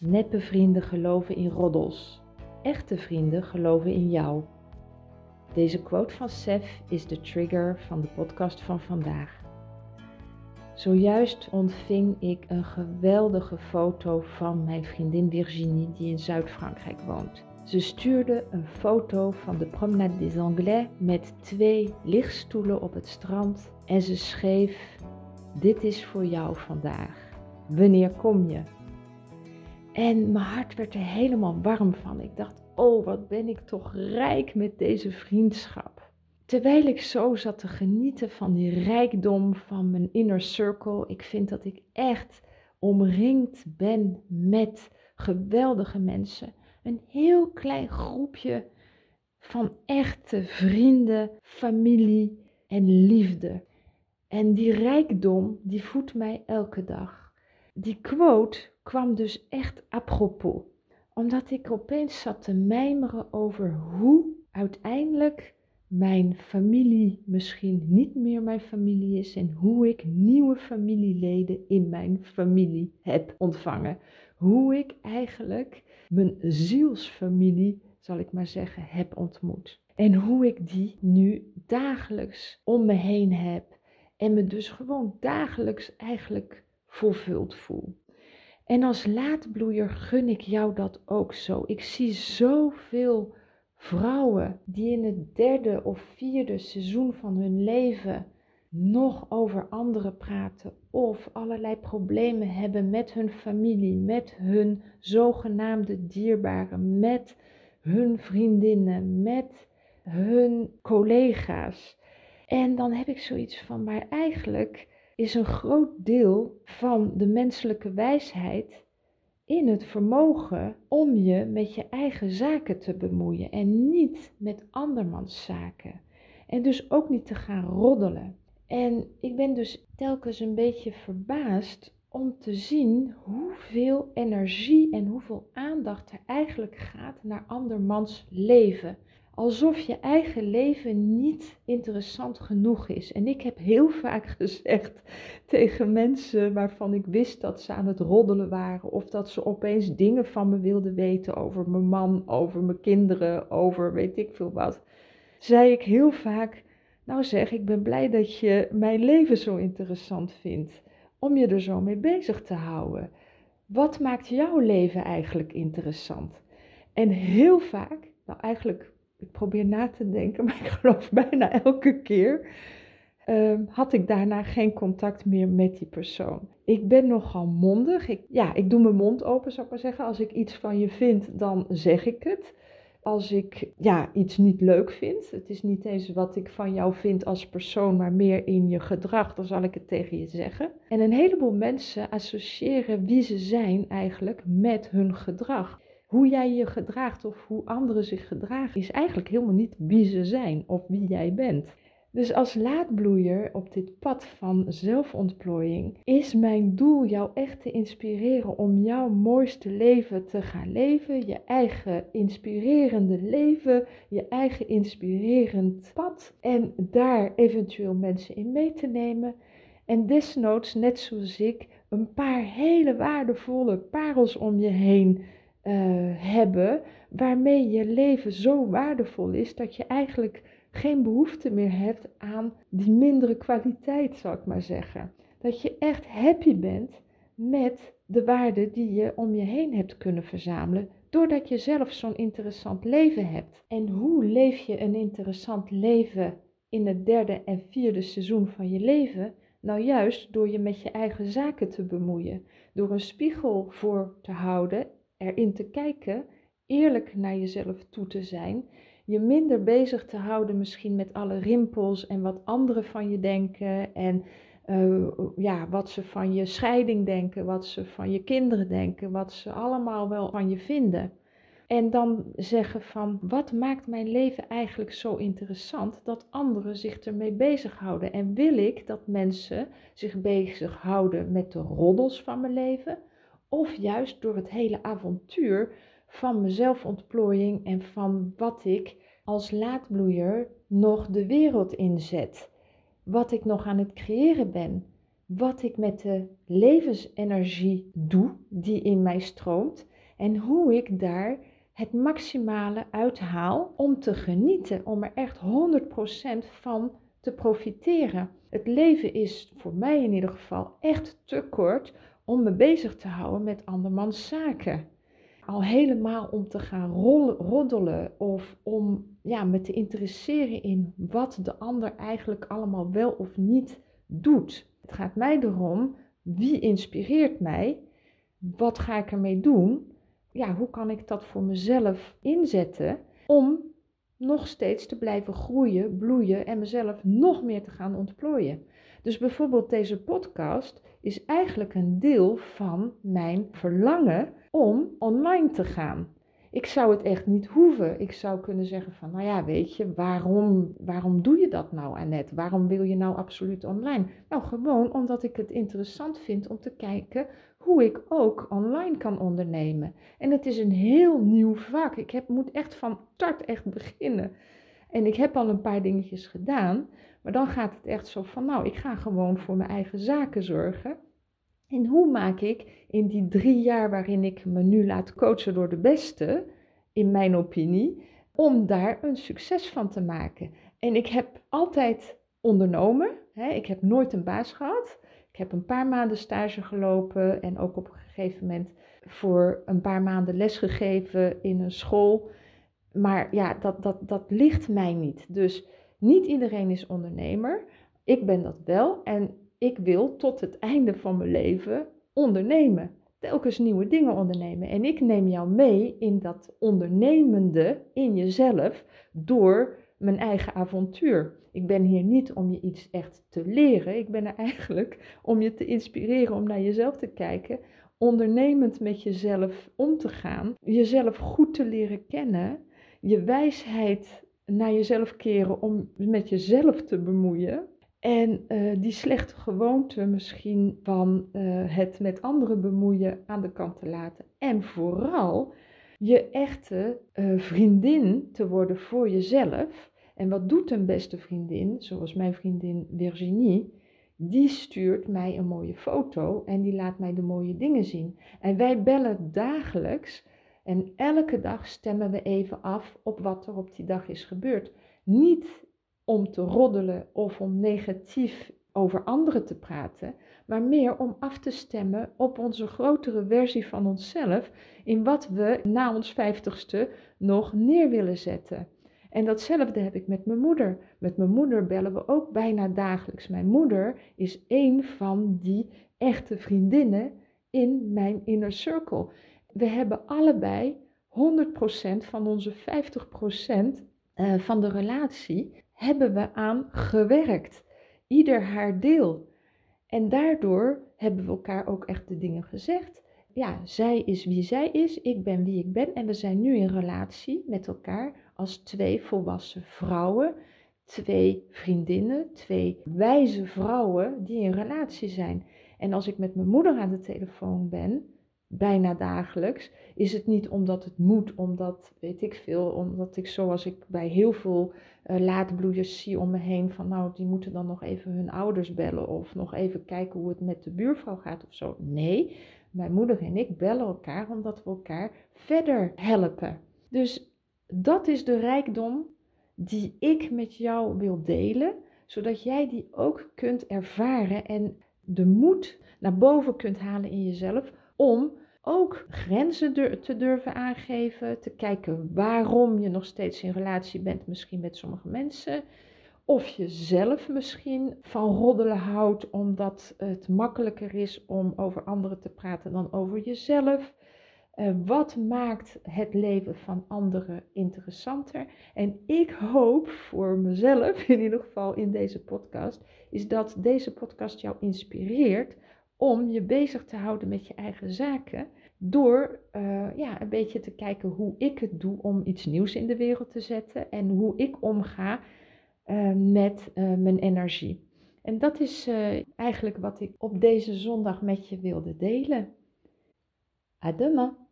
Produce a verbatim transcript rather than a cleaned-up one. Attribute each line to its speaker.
Speaker 1: Neppe vrienden geloven in roddels. Echte vrienden geloven in jou. Deze quote van Sef is de trigger van de podcast van vandaag. Zojuist ontving ik een geweldige foto van mijn vriendin Virginie die in Zuid-Frankrijk woont. Ze stuurde een foto van de Promenade des Anglais met twee lichtstoelen op het strand en ze schreef: "Dit is voor jou vandaag. Wanneer kom je?" En mijn hart werd er helemaal warm van. Ik dacht, oh wat ben ik toch rijk met deze vriendschap. Terwijl ik zo zat te genieten van die rijkdom van mijn inner circle. Ik vind dat ik echt omringd ben met geweldige mensen. Een heel klein groepje van echte vrienden, familie en liefde. En die rijkdom, die voedt mij elke dag. Die quote kwam dus echt apropos, omdat ik opeens zat te mijmeren over hoe uiteindelijk mijn familie misschien niet meer mijn familie is en hoe ik nieuwe familieleden in mijn familie heb ontvangen. Hoe ik eigenlijk mijn zielsfamilie, zal ik maar zeggen, heb ontmoet. En hoe ik die nu dagelijks om me heen heb en me dus gewoon dagelijks eigenlijk vervuld voel. En als laatbloeier gun ik jou dat ook zo. Ik zie zoveel vrouwen die in het derde of vierde seizoen van hun leven nog over anderen praten of allerlei problemen hebben met hun familie, met hun zogenaamde dierbaren, met hun vriendinnen, met hun collega's. En dan heb ik zoiets van, maar eigenlijk is een groot deel van de menselijke wijsheid in het vermogen om je met je eigen zaken te bemoeien en niet met andermans zaken. En dus ook niet te gaan roddelen. En ik ben dus telkens een beetje verbaasd om te zien hoeveel energie en hoeveel aandacht er eigenlijk gaat naar andermans leven. Alsof je eigen leven niet interessant genoeg is. En ik heb heel vaak gezegd tegen mensen waarvan ik wist dat ze aan het roddelen waren. Of dat ze opeens dingen van me wilden weten over mijn man, over mijn kinderen, over weet ik veel wat. Zei ik heel vaak, nou zeg, ik ben blij dat je mijn leven zo interessant vindt. Om je er zo mee bezig te houden. Wat maakt jouw leven eigenlijk interessant? En heel vaak, nou eigenlijk... Ik probeer na te denken, maar ik geloof bijna elke keer uh, had ik daarna geen contact meer met die persoon. Ik ben nogal mondig. Ik, ja, ik doe mijn mond open, zou ik maar zeggen. Als ik iets van je vind, dan zeg ik het. Als ik ja, iets niet leuk vind, het is niet eens wat ik van jou vind als persoon, maar meer in je gedrag, dan zal ik het tegen je zeggen. En een heleboel mensen associëren wie ze zijn eigenlijk met hun gedrag. Hoe jij je gedraagt of hoe anderen zich gedragen is eigenlijk helemaal niet wie ze zijn of wie jij bent. Dus als laatbloeier op dit pad van zelfontplooiing is mijn doel jou echt te inspireren om jouw mooiste leven te gaan leven. Je eigen inspirerende leven, je eigen inspirerend pad en daar eventueel mensen in mee te nemen. En desnoods, net zoals ik, een paar hele waardevolle parels om je heen Uh, hebben, waarmee je leven zo waardevol is dat je eigenlijk geen behoefte meer hebt aan die mindere kwaliteit, zal ik maar zeggen. Dat je echt happy bent met de waarde die je om je heen hebt kunnen verzamelen, doordat je zelf zo'n interessant leven hebt. En hoe leef je een interessant leven in het derde en vierde seizoen van je leven? Nou juist door je met je eigen zaken te bemoeien, door een spiegel voor te houden, erin te kijken, eerlijk naar jezelf toe te zijn, je minder bezig te houden misschien met alle rimpels en wat anderen van je denken en uh, ja, wat ze van je scheiding denken, wat ze van je kinderen denken, wat ze allemaal wel van je vinden. En dan zeggen van, wat maakt mijn leven eigenlijk zo interessant dat anderen zich ermee bezighouden? En wil ik dat mensen zich bezighouden met de roddels van mijn leven? Of juist door het hele avontuur van mijn zelfontplooiing en van wat ik als laatbloeier nog de wereld inzet. Wat ik nog aan het creëren ben. Wat ik met de levensenergie doe die in mij stroomt. En hoe ik daar het maximale uithaal om te genieten, om er echt honderd procent van te profiteren. Het leven is voor mij in ieder geval echt te kort om me bezig te houden met andermans zaken. Al helemaal om te gaan rollen, roddelen of om ja, me te interesseren in wat de ander eigenlijk allemaal wel of niet doet. Het gaat mij erom, wie inspireert mij? Wat ga ik ermee doen? Ja, hoe kan ik dat voor mezelf inzetten om nog steeds te blijven groeien, bloeien en mezelf nog meer te gaan ontplooien? Dus bijvoorbeeld deze podcast is eigenlijk een deel van mijn verlangen om online te gaan. Ik zou het echt niet hoeven. Ik zou kunnen zeggen van, nou ja, weet je, waarom, waarom doe je dat nou, Annette? Waarom wil je nou absoluut online? Nou, gewoon omdat ik het interessant vind om te kijken hoe ik ook online kan ondernemen. En het is een heel nieuw vak. Ik heb, moet echt van start echt beginnen. En ik heb al een paar dingetjes gedaan, maar dan gaat het echt zo van, nou, ik ga gewoon voor mijn eigen zaken zorgen. En hoe maak ik in die drie jaar waarin ik me nu laat coachen door de beste, in mijn opinie, om daar een succes van te maken? En ik heb altijd ondernomen. Hè? Ik heb nooit een baas gehad. Ik heb een paar maanden stage gelopen en ook op een gegeven moment voor een paar maanden lesgegeven in een school. Maar ja, dat, dat, dat ligt mij niet. Dus niet iedereen is ondernemer. Ik ben dat wel en ik wil tot het einde van mijn leven ondernemen. Telkens nieuwe dingen ondernemen. En ik neem jou mee in dat ondernemende in jezelf door mijn eigen avontuur. Ik ben hier niet om je iets echt te leren. Ik ben er eigenlijk om je te inspireren om naar jezelf te kijken. Ondernemend met jezelf om te gaan. Jezelf goed te leren kennen. Je wijsheid naar jezelf keren om met jezelf te bemoeien. En uh, die slechte gewoonte misschien van uh, het met anderen bemoeien aan de kant te laten. En vooral je echte uh, vriendin te worden voor jezelf. En wat doet een beste vriendin, zoals mijn vriendin Virginie? Die stuurt mij een mooie foto en die laat mij de mooie dingen zien. En wij bellen dagelijks en elke dag stemmen we even af op wat er op die dag is gebeurd. Niet om te roddelen of om negatief over anderen te praten, maar meer om af te stemmen op onze grotere versie van onszelf, in wat we na ons vijftigste nog neer willen zetten. En datzelfde heb ik met mijn moeder. Met mijn moeder bellen we ook bijna dagelijks. Mijn moeder is één van die echte vriendinnen in mijn inner circle. We hebben allebei honderd procent van onze vijftig procent van de relatie hebben we aan gewerkt. Ieder haar deel. En daardoor hebben we elkaar ook echt de dingen gezegd. Ja, zij is wie zij is, ik ben wie ik ben. En we zijn nu in relatie met elkaar als twee volwassen vrouwen. Twee vriendinnen, twee wijze vrouwen die in relatie zijn. En als ik met mijn moeder aan de telefoon ben, bijna dagelijks, is het niet omdat het moet, omdat, weet ik veel, omdat ik zoals ik bij heel veel uh, laadbloeiers zie om me heen, van nou, die moeten dan nog even hun ouders bellen of nog even kijken hoe het met de buurvrouw gaat of zo. Nee, mijn moeder en ik bellen elkaar omdat we elkaar verder helpen. Dus dat is de rijkdom die ik met jou wil delen, zodat jij die ook kunt ervaren en de moed naar boven kunt halen in jezelf om ook grenzen te durven aangeven, te kijken waarom je nog steeds in relatie bent, misschien met sommige mensen. Of je zelf misschien van roddelen houdt, omdat het makkelijker is om over anderen te praten dan over jezelf. Uh, wat maakt het leven van anderen interessanter? En ik hoop voor mezelf, in ieder geval in deze podcast, is dat deze podcast jou inspireert om je bezig te houden met je eigen zaken, door uh, ja, een beetje te kijken hoe ik het doe om iets nieuws in de wereld te zetten en hoe ik omga uh, met uh, mijn energie. En dat is uh, eigenlijk wat ik op deze zondag met je wilde delen. À demain!